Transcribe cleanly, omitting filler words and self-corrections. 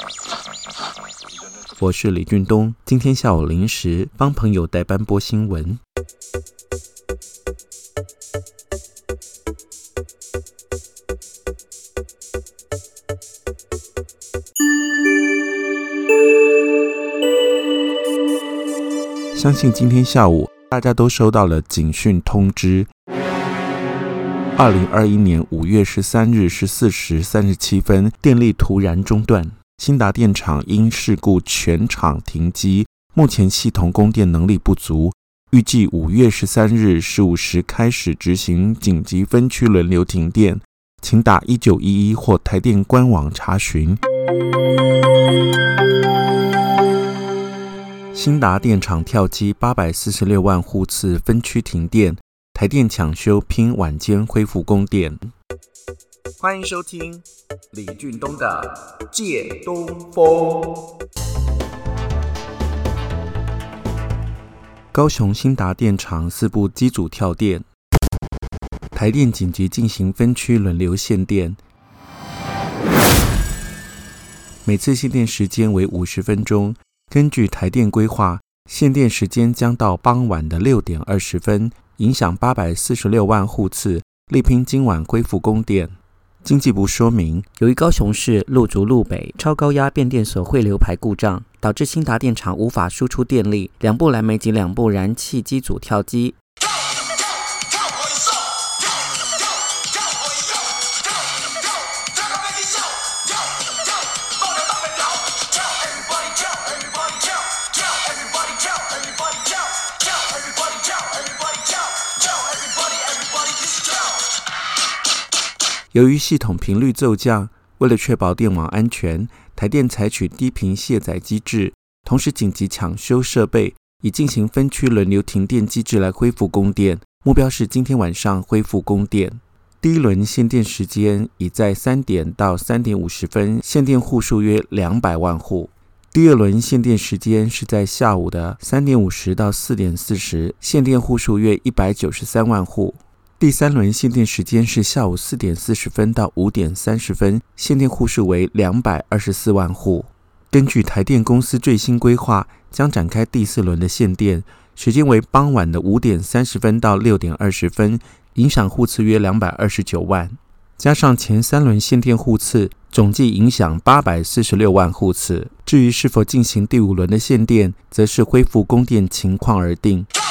我是李俊东，今天下午0时帮朋友代班播新闻。相信今天下午大家都收到了警讯通知。2021年5月13日14时37分，电力突然中断，兴达电厂因事故全厂停机，目前系统供电能力不足，预计5月13日15时开始执行紧急分区轮流停电，请打1911或台电官网查询。兴达电厂跳机846万户次分区停电，台电抢修拼晚间恢复供电。欢迎收听李俊东的借东风。高雄兴达电厂4部机组跳电，台电紧急进行分区轮流限电，每次限电时间为50分钟。根据台电规划，限电时间将到傍晚的6点20分，影响846万户次，力拼今晚恢复供电。经济部说明，由于高雄市路竹路北超高压变电所汇流排故障，导致兴达电厂无法输出电力，2部燃煤及2部燃气机组跳机。由于系统频率骤降，为了确保电网安全，台电采取低频卸载机制，同时紧急抢修设备，以进行分区轮流停电机制来恢复供电。目标是今天晚上恢复供电。第一轮限电时间已在3点到3点50分，限电户数约200万户。第二轮限电时间是在下午的3点50到4点40，限电户数约193万户。第三轮限电时间是下午4点40分到5点30分，限电户数为224万户。根据台电公司最新规划，将展开第4轮的限电，时间为傍晚的5点30分到6点20分，影响户次约229万。加上前3轮限电户次，总计影响846万户次。至于是否进行第5轮的限电，则是恢复供电情况而定。